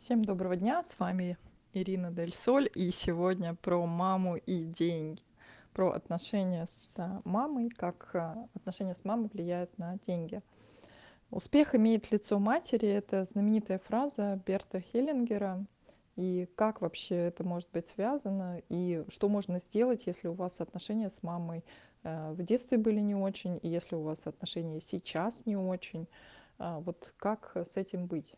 Всем доброго дня, с вами Ирина Дель Соль, и сегодня про маму и деньги, про отношения с мамой, как отношения с мамой влияют на деньги. Успех имеет лицо матери — это знаменитая фраза Берта Хеллингера. И как вообще это может быть связано, и что можно сделать, если у вас отношения с мамой в детстве были не очень, и если у вас отношения сейчас не очень, вот как с этим быть?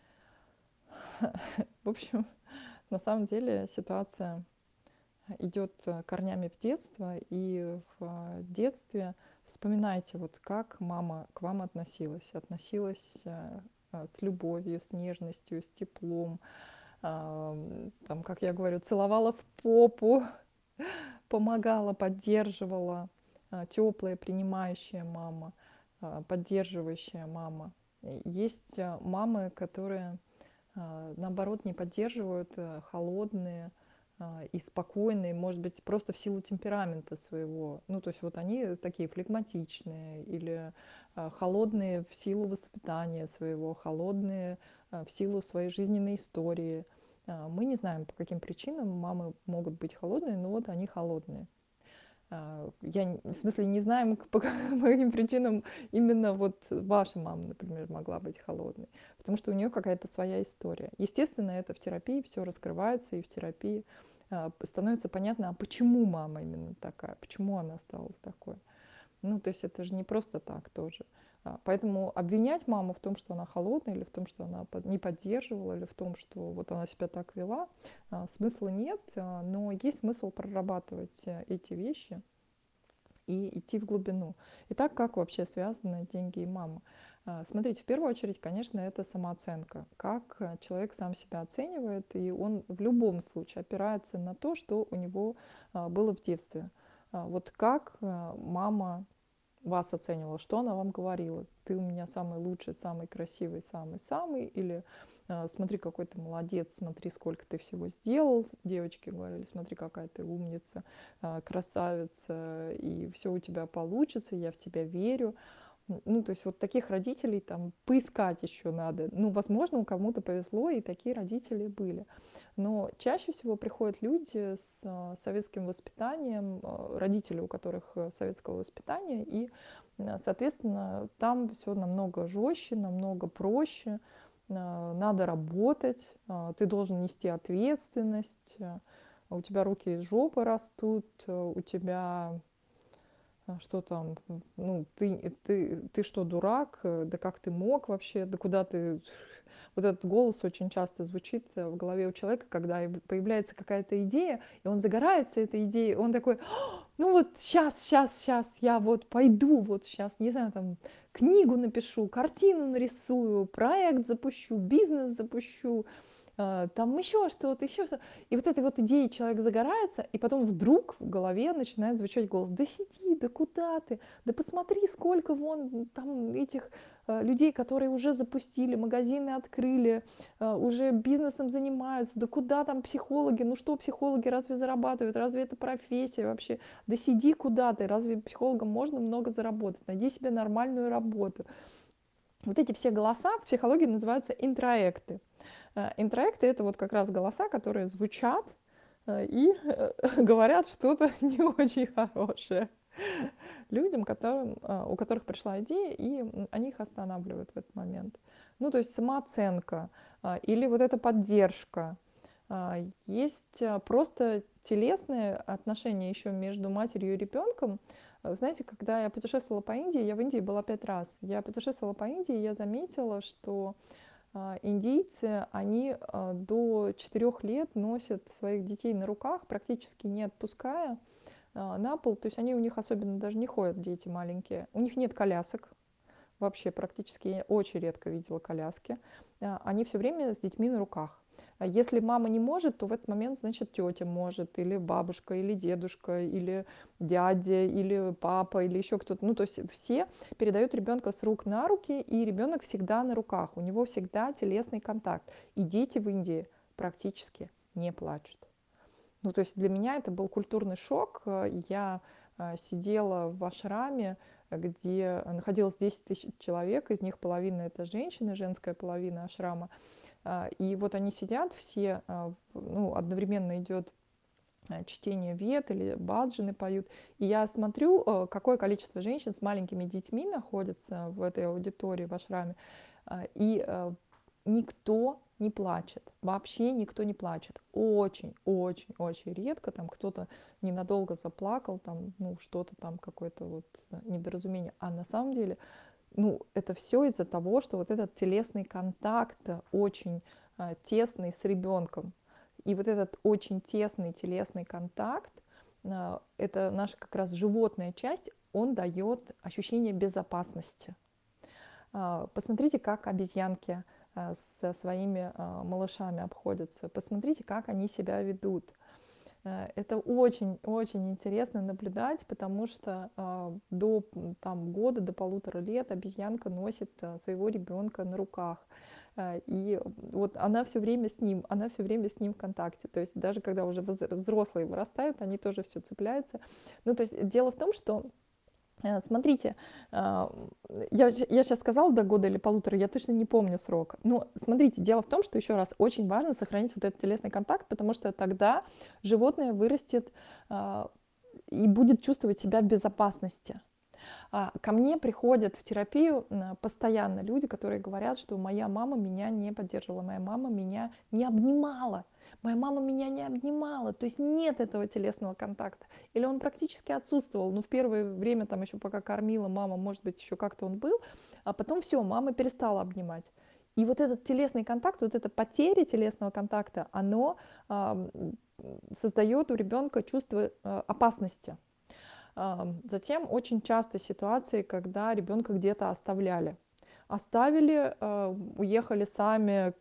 В общем, на самом деле ситуация идет корнями в детство, и в детстве вспоминайте, вот как мама к вам относилась. Относилась с любовью, с нежностью, с теплом, там, как я говорю, целовала в попу, помогала, поддерживала, теплая, принимающая мама, поддерживающая мама. Есть мамы, которые наоборот, не поддерживают, холодные и спокойные, может быть, просто в силу темперамента своего. Ну, то есть вот они такие флегматичные или холодные в силу воспитания своего, холодные в силу своей жизненной истории. Мы не знаем, по каким причинам мамы могут быть холодные, но вот они холодные. В смысле, не знаем, по каким причинам именно вот ваша мама, например, могла быть холодной. Потому что у нее какая-то своя история. Естественно, это в терапии все раскрывается, и в терапии становится понятно, а почему мама именно такая, почему она стала такой. Ну, то есть это же не просто так тоже. Поэтому обвинять маму в том, что она холодная, или в том, что она не поддерживала, или в том, что вот она себя так вела, смысла нет, но есть смысл прорабатывать эти вещи и идти в глубину. Итак, как вообще связаны деньги и мама? Смотрите, в первую очередь, конечно, это самооценка. Как человек сам себя оценивает, и он в любом случае опирается на то, что у него было в детстве. Вот как мама вас оценивала, что она вам говорила? Ты у меня самый лучший, самый красивый, самый-самый, или смотри, какой ты молодец, смотри, сколько ты всего сделал. Девочки говорили, смотри, какая ты умница, красавица, и все у тебя получится, я в тебя верю. Ну, то есть вот таких родителей там поискать еще надо. Ну, возможно, у кому-то повезло, и такие родители были. Но чаще всего приходят люди с советским воспитанием, родители, у которых советского воспитания, и, соответственно, там все намного жестче, намного проще. Надо работать, ты должен нести ответственность, у тебя руки из жопы растут, у тебя что там, ну, ты что, дурак, да как ты мог вообще, да куда ты... Вот этот голос очень часто звучит в голове у человека, когда появляется какая-то идея, и он загорается этой идеей, он такой, ну вот сейчас, я вот пойду, вот сейчас, не знаю, там, книгу напишу, картину нарисую, проект запущу, бизнес запущу, там еще что-то, еще что-то. И вот этой вот идеей человек загорается, и потом вдруг в голове начинает звучать голос: да сиди, да куда ты, да посмотри, сколько вон там этих людей, которые уже запустили, магазины открыли, уже бизнесом занимаются, да куда там психологи, ну что психологи, разве зарабатывают, разве это профессия вообще, да сиди куда ты, разве психологам можно много заработать, найди себе нормальную работу. Вот эти все голоса в психологии называются интроекты. Интроекты — это вот как раз голоса, которые звучат и говорят что-то не очень хорошее людям, у которых пришла идея, и они их останавливают в этот момент. Ну, то есть самооценка или вот эта поддержка. Есть просто телесные отношения еще между матерью и ребенком. Знаете, когда я путешествовала по Индии, я в Индии была 5 раз, я путешествовала по Индии, и я заметила, что индийцы, они до 4 лет носят своих детей на руках, практически не отпуская на пол. То есть они у них особенно даже не ходят, дети маленькие. У них нет колясок. Вообще практически я очень редко видела коляски. Они все время с детьми на руках. Если мама не может, то в этот момент, значит, тетя может, или бабушка, или дедушка, или дядя, или папа, или еще кто-то. Ну, то есть все передают ребенка с рук на руки, и ребенок всегда на руках, у него всегда телесный контакт. И дети в Индии практически не плачут. Ну, то есть для меня это был культурный шок. Я сидела в ашраме, где находилось 10 тысяч человек, из них половина это женщины, женская половина ашрама. И вот они сидят все, ну, одновременно идет чтение вед или баджаны поют. И я смотрю, какое количество женщин с маленькими детьми находится в этой аудитории в ашраме, и никто не плачет, вообще никто не плачет. Очень, очень, очень редко там кто-то ненадолго заплакал, там, ну, что-то там, какое-то вот недоразумение. А на самом деле, ну, это все из-за того, что вот этот телесный контакт очень тесный с ребенком. И вот этот очень тесный телесный контакт, это наша как раз животная часть, он дает ощущение безопасности. Посмотрите, как обезьянки со своими малышами обходятся. Посмотрите, как они себя ведут. Это очень-очень интересно наблюдать, потому что до там, года, до 1,5 лет обезьянка носит своего ребенка на руках. И вот она все время с ним, она все время с ним в контакте. То есть даже когда уже взрослые вырастают, они тоже все цепляются. Ну, то есть дело в том, что смотрите, я сейчас сказала до года или 1,5, я точно не помню срок. Но смотрите, дело в том, что еще раз очень важно сохранить вот этот телесный контакт, потому что тогда животное вырастет и будет чувствовать себя в безопасности. Ко мне приходят в терапию постоянно люди, которые говорят, что моя мама меня не поддерживала, моя мама меня не обнимала. Моя мама меня не обнимала, то есть нет этого телесного контакта. Или он практически отсутствовал. Ну, в первое время, там еще пока кормила мама, может быть, еще как-то он был, а потом все, мама перестала обнимать. И вот этот телесный контакт, вот эта потеря телесного контакта, оно создает у ребенка чувство опасности. Затем очень часто ситуации, когда ребенка где-то оставляли. Оставили, уехали сами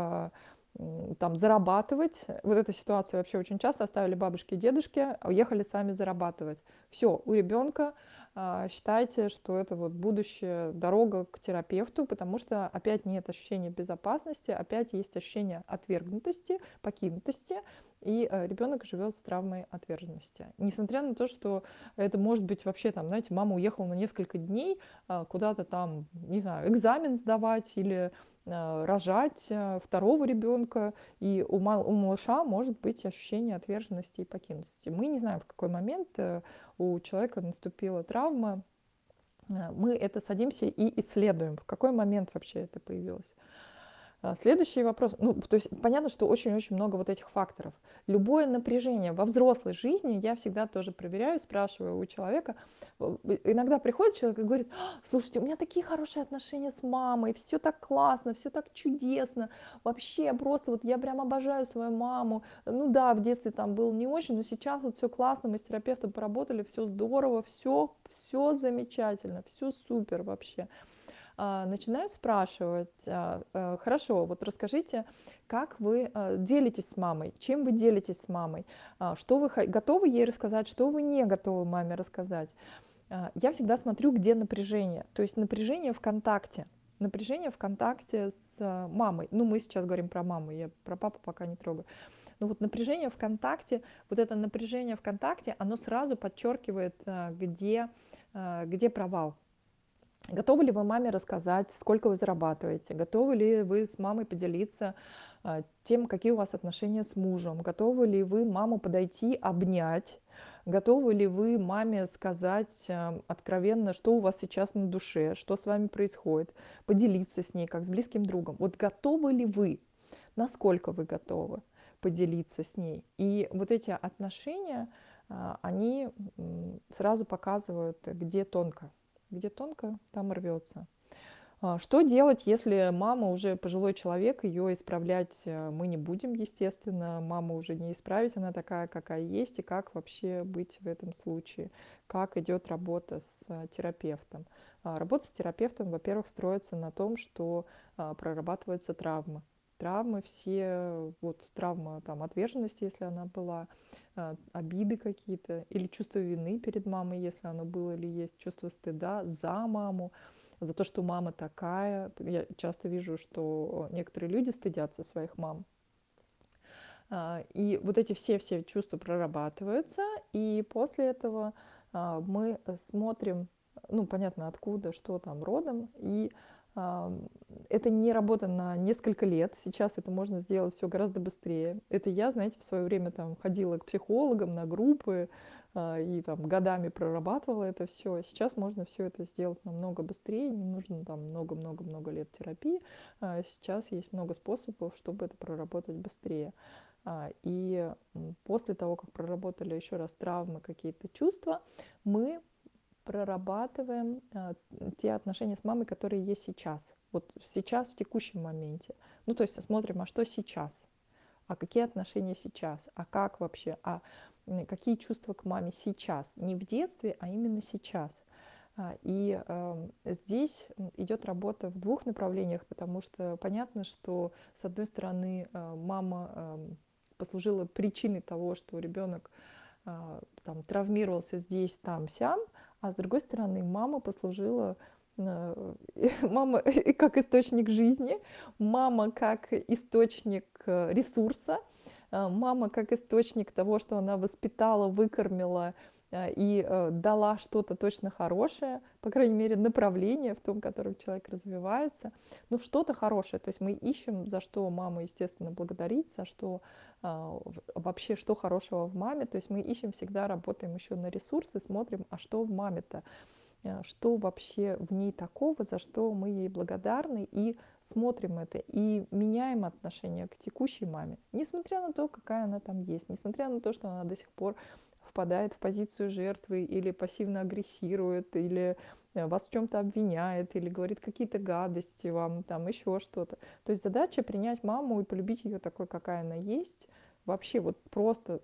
там, зарабатывать. Вот эта ситуация вообще очень часто. Оставили бабушки и дедушки, уехали сами зарабатывать. Все, у ребенка считайте, что это вот будущая дорога к терапевту, потому что опять нет ощущения безопасности, опять есть ощущение отвергнутости, покинутости, и ребенок живет с травмой отверженности. Несмотря на то, что это может быть вообще там, знаете, мама уехала на несколько дней куда-то там, не знаю, экзамен сдавать или рожать второго ребенка, и у малыша может быть ощущение отверженности и покинутости. Мы не знаем, в какой момент у человека наступила травма. Мы это садимся и исследуем, в какой момент вообще это появилось. Следующий вопрос. Ну, то есть понятно, что очень-очень много вот этих факторов. Любое напряжение во взрослой жизни я всегда тоже проверяю, спрашиваю у человека. Иногда приходит человек и говорит: слушайте, у меня такие хорошие отношения с мамой, все так классно, все так чудесно. Вообще просто вот я прям обожаю свою маму. Ну да, в детстве там было не очень, но сейчас вот все классно, мы с терапевтом поработали, все здорово, все замечательно, все супер вообще. Начинаю спрашивать: хорошо, вот расскажите, как вы делитесь с мамой, чем вы делитесь с мамой, что вы готовы ей рассказать, что вы не готовы маме рассказать. Я всегда смотрю, где напряжение, то есть напряжение в контакте. Напряжение в контакте с мамой. Ну, мы сейчас говорим про маму, я про папу пока не трогаю. Но вот напряжение в контакте, вот это напряжение в контакте, оно сразу подчеркивает, где провал. Готовы ли вы маме рассказать, сколько вы зарабатываете? Готовы ли вы с мамой поделиться тем, какие у вас отношения с мужем? Готовы ли вы маму подойти, обнять? Готовы ли вы маме сказать откровенно, что у вас сейчас на душе, что с вами происходит? Поделиться с ней, как с близким другом. Вот готовы ли вы? Насколько вы готовы поделиться с ней? И вот эти отношения, они сразу показывают, где тонко. Где тонко, там рвется. Что делать, если мама уже пожилой человек, ее исправлять мы не будем, естественно, маму уже не исправить, она такая, какая есть, и как вообще быть в этом случае, как идет работа с терапевтом. Работа с терапевтом, во-первых, строится на том, что прорабатываются травмы. Травмы все, вот травма там, отверженности, если она была, обиды какие-то, или чувство вины перед мамой, если оно было или есть, чувство стыда за маму, за то, что мама такая. Я часто вижу, что некоторые люди стыдятся своих мам. И вот эти все чувства прорабатываются, и после этого мы смотрим, ну, понятно, откуда, что там родом, и а, это не работа на несколько лет, сейчас это можно сделать все гораздо быстрее. Это я, знаете, в свое время там ходила к психологам на группы и там годами прорабатывала это все. Сейчас можно все это сделать намного быстрее, не нужно там много-много-много лет терапии. Сейчас есть много способов, чтобы это проработать быстрее. И после того, как проработали еще раз травмы, какие-то чувства, мы прорабатываем те отношения с мамой, которые есть сейчас. Вот сейчас, в текущем моменте. Ну, то есть смотрим, а что сейчас? А какие отношения сейчас? А как вообще? А какие чувства к маме сейчас? Не в детстве, а именно сейчас. И здесь идет работа в двух направлениях, потому что понятно, что с одной стороны мама послужила причиной того, что ребенок там, травмировался здесь, там, сям, а с другой стороны мама послужила мама как источник жизни, мама как источник ресурса, мама как источник того, что она воспитала, выкормила и дала что-то точно хорошее, по крайней мере, направление в том, котором человек развивается, ну, что-то хорошее. То есть мы ищем, за что маму, естественно, благодарить, за что вообще, что хорошего в маме. То есть мы ищем всегда, работаем еще на ресурсы, смотрим, а что в маме-то, что вообще в ней такого, за что мы ей благодарны, и смотрим это, и меняем отношение к текущей маме, несмотря на то, какая она там есть, несмотря на то, что она до сих пор впадает в позицию жертвы или пассивно агрессирует, или вас в чем-то обвиняет, или говорит какие-то гадости вам, там еще что-то. То есть задача принять маму и полюбить ее такой, какая она есть, вообще вот просто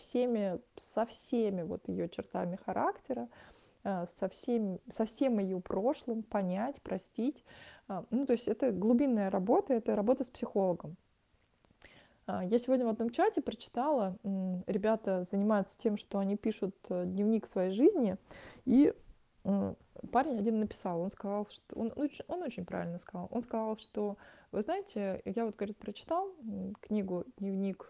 со всеми вот ее чертами характера, со всем ее прошлым, понять, простить. Ну, то есть это глубинная работа, это работа с психологом. Я сегодня в одном чате прочитала, ребята занимаются тем, что они пишут дневник своей жизни, и парень один написал, он сказал, что он очень правильно сказал, он сказал, что, вы знаете, я вот, говорит, прочитал книгу «Дневник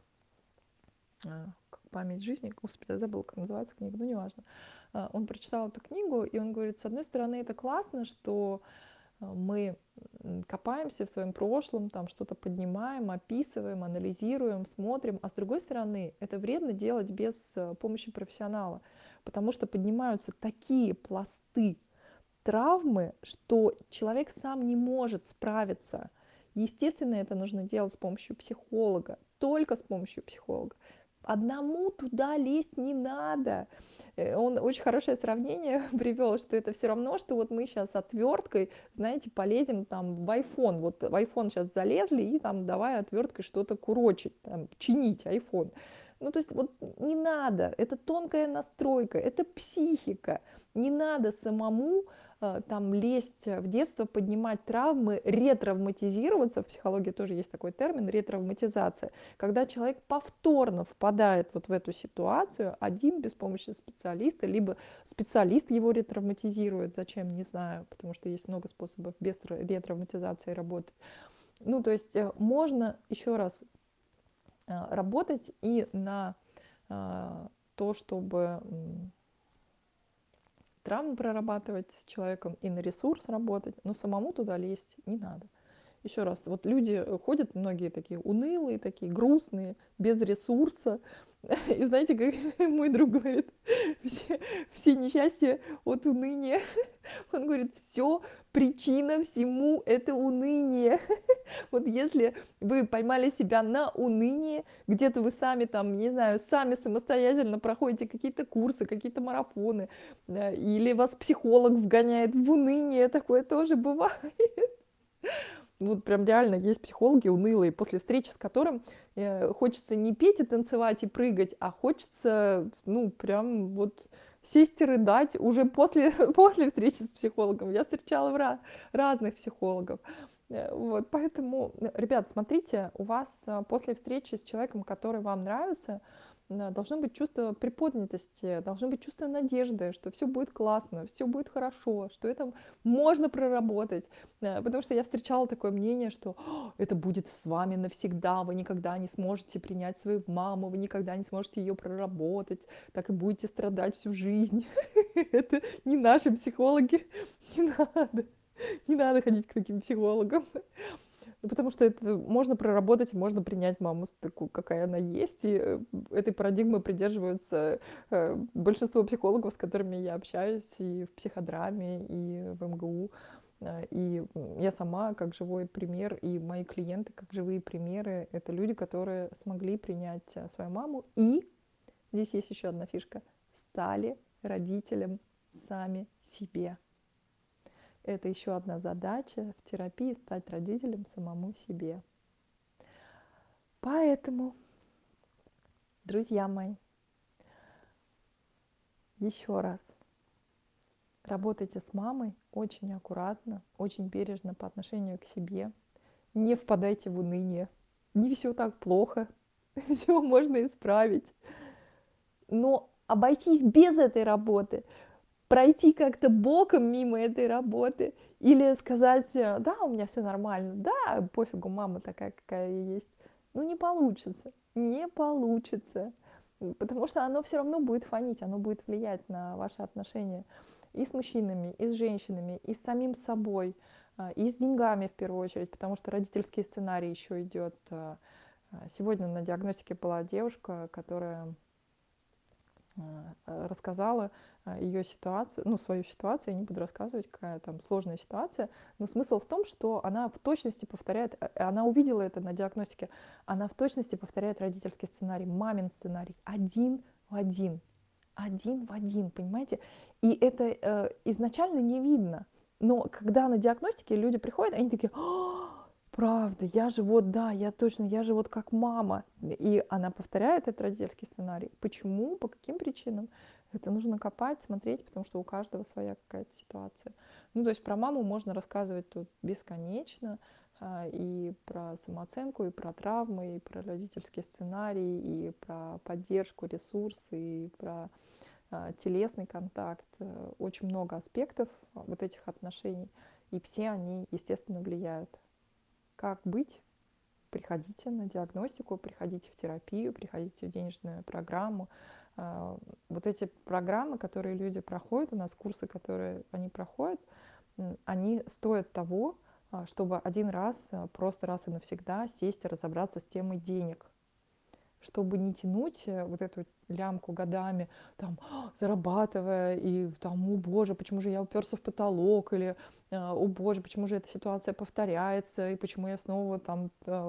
память жизни», господи, я забыла, как называется книга, но неважно. Он прочитал эту книгу, и он говорит, с одной стороны, это классно, что мы копаемся в своем прошлом, там что-то поднимаем, описываем, анализируем, смотрим, а с другой стороны, это вредно делать без помощи профессионала, потому что поднимаются такие пласты травмы, что человек сам не может справиться. Естественно, это нужно делать с помощью психолога, только с помощью психолога. Одному туда лезть не надо. Он очень хорошее сравнение привел, что это все равно, что вот мы сейчас отверткой, знаете, полезем там в iPhone. Вот в iPhone сейчас залезли и там давай отверткой что-то курочить, там, чинить iPhone. Ну, то есть вот не надо, это тонкая настройка, это психика. Не надо самому там лезть в детство, поднимать травмы, ретравматизироваться. В психологии тоже есть такой термин ретравматизация, когда человек повторно впадает вот в эту ситуацию, один без помощи специалиста, либо специалист его ретравматизирует, зачем, не знаю, потому что есть много способов без ретравматизации работать. Ну, то есть можно еще раз работать и на то, чтобы травму прорабатывать с человеком, и на ресурс работать, но самому туда лезть не надо. Еще раз, вот люди ходят, многие такие унылые, такие грустные, без ресурса. И знаете, как мой друг говорит, все несчастья от уныния. Он говорит, все, причина всему это уныние. Вот если вы поймали себя на унынии, где-то вы сами там, не знаю, сами самостоятельно проходите какие-то курсы, какие-то марафоны, или вас психолог вгоняет в уныние, такое тоже бывает. Вот прям реально есть психологи унылые, после встречи с которым хочется не петь и танцевать и прыгать, а хочется, ну, прям вот сесть и рыдать уже после встречи с психологом. Я встречала разных психологов. Вот, поэтому, ребят, смотрите, у вас после встречи с человеком, который вам нравится, должно быть чувство приподнятости, должно быть чувство надежды, что все будет классно, все будет хорошо, что это можно проработать. Потому что я встречала такое мнение, что это будет с вами навсегда, вы никогда не сможете принять свою маму, вы никогда не сможете ее проработать, так и будете страдать всю жизнь. Это не наши психологи, не надо. Не надо ходить к таким психологам. Ну, потому что это можно проработать, можно принять маму такую, какая она есть. И этой парадигмы придерживаются большинство психологов, с которыми я общаюсь и в психодраме, и в МГУ. И я сама как живой пример, и мои клиенты как живые примеры. Это люди, которые смогли принять свою маму. И здесь есть еще одна фишка. Стали родителем сами себе. Это еще одна задача в терапии — стать родителем самому себе. Поэтому, друзья мои, еще раз, работайте с мамой очень аккуратно, очень бережно по отношению к себе. Не впадайте в уныние. Не все так плохо, все можно исправить. Но обойтись без этой работы, пройти как-то боком мимо этой работы или сказать: да, у меня все нормально, да, пофигу, мама такая, какая я есть. Ну, не получится, не получится, потому что оно все равно будет фонить, оно будет влиять на ваши отношения и с мужчинами, и с женщинами, и с самим собой, и с деньгами в первую очередь, потому что родительский сценарий еще идет. Сегодня на диагностике была девушка, которая рассказала ее ситуацию, ну, свою ситуацию, я не буду рассказывать, какая там сложная ситуация, но смысл в том, что она в точности повторяет, она увидела это на диагностике, она в точности повторяет родительский сценарий, мамин сценарий, один в один, понимаете? И это изначально не видно, но когда на диагностике люди приходят, они такие: правда, я же вот, да, я точно, я же вот как мама. И она повторяет этот родительский сценарий. Почему, по каким причинам? Это нужно копать, смотреть, потому что у каждого своя какая-то ситуация. Ну, то есть про маму можно рассказывать тут бесконечно, и про самооценку, и про травмы, и про родительский сценарий, и про поддержку, ресурсы, и про телесный контакт. Очень много аспектов вот этих отношений, и все они, естественно, влияют. Как быть? Приходите на диагностику, приходите в терапию, приходите в денежную программу. Вот эти программы, которые люди проходят, у нас курсы, которые они проходят, они стоят того, чтобы один раз, просто раз и навсегда сесть и разобраться с темой денег, чтобы не тянуть вот эту лямку годами, там, зарабатывая, и там: о боже, почему же я уперся в потолок, или о боже, почему же эта ситуация повторяется, и почему я снова там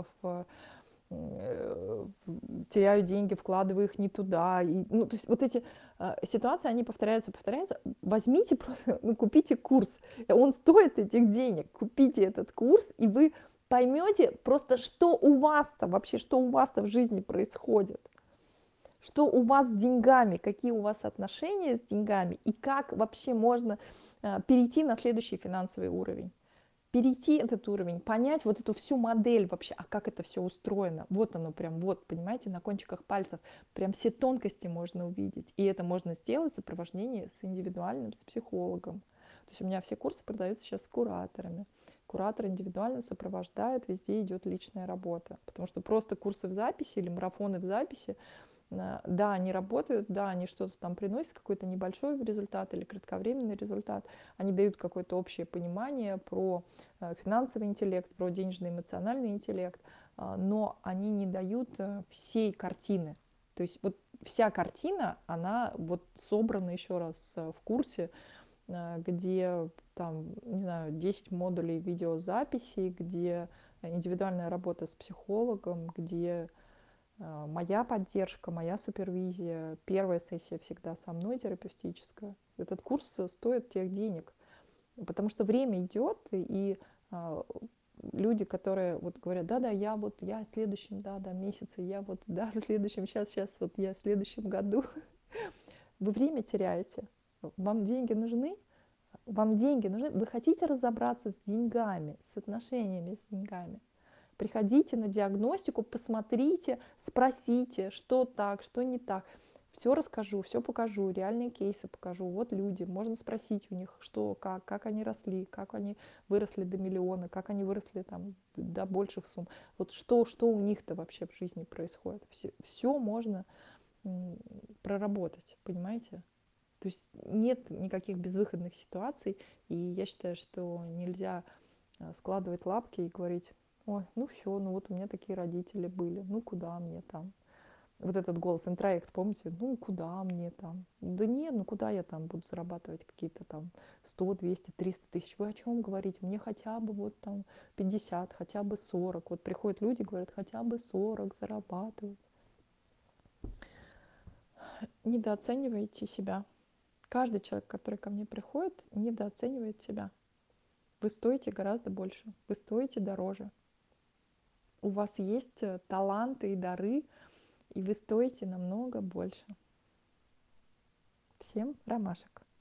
теряю деньги, вкладываю их не туда. И, ну, то есть вот эти ситуации, они повторяются. Возьмите просто, ну, купите курс. Он стоит этих денег. Купите этот курс, и вы поймете просто, что у вас-то вообще, что у вас-то в жизни происходит. Что у вас с деньгами, какие у вас отношения с деньгами, и как вообще можно перейти на следующий финансовый уровень. Перейти этот уровень, понять вот эту всю модель вообще, а как это все устроено. Вот оно прям, вот, понимаете, на кончиках пальцев прям все тонкости можно увидеть. И это можно сделать в сопровождении с индивидуальным, с психологом. То есть у меня все курсы продаются сейчас с кураторами. Куратор индивидуально сопровождает, везде идет личная работа. Потому что просто курсы в записи или марафоны в записи, да, они работают, да, они что-то там приносят, какой-то небольшой результат или кратковременный результат, они дают какое-то общее понимание про финансовый интеллект, про денежный эмоциональный интеллект, но они не дают всей картины. То есть вот вся картина, она вот собрана еще раз в курсе, где там, не знаю, 10 модулей видеозаписи, где индивидуальная работа с психологом, где моя поддержка, моя супервизия, первая сессия всегда со мной терапевтическая. Этот курс стоит тех денег, потому что время идет, и люди, которые вот говорят: да-да, я вот, я в следующем, да-да, месяце, я вот, да, в следующем, сейчас, вот я в следующем году. Вы время теряете. Вам деньги нужны? Вам деньги нужны? Вы хотите разобраться с деньгами, с отношениями с деньгами? Приходите на диагностику, посмотрите, спросите, что так, что не так. Все расскажу, все покажу, реальные кейсы покажу. Вот люди, можно спросить у них, что, как они росли, как они выросли до миллиона, как они выросли там до больших сумм. Вот что у них-то вообще в жизни происходит. Все можно проработать, понимаете? То есть нет никаких безвыходных ситуаций, и я считаю, что нельзя складывать лапки и говорить: ой, ну все, ну вот у меня такие родители были, ну куда мне там? Вот этот голос, интроект, помните? Ну куда мне там? Да нет, ну куда я там буду зарабатывать какие-то там 100, 200, 300 тысяч? Вы о чем говорите? Мне хотя бы вот там 50, хотя бы 40. Вот приходят люди, говорят, хотя бы 40 зарабатывать. Недооцениваете себя. Каждый человек, который ко мне приходит, недооценивает себя. Вы стоите гораздо больше, вы стоите дороже. У вас есть таланты и дары, и вы стоите намного больше. Всем ромашек!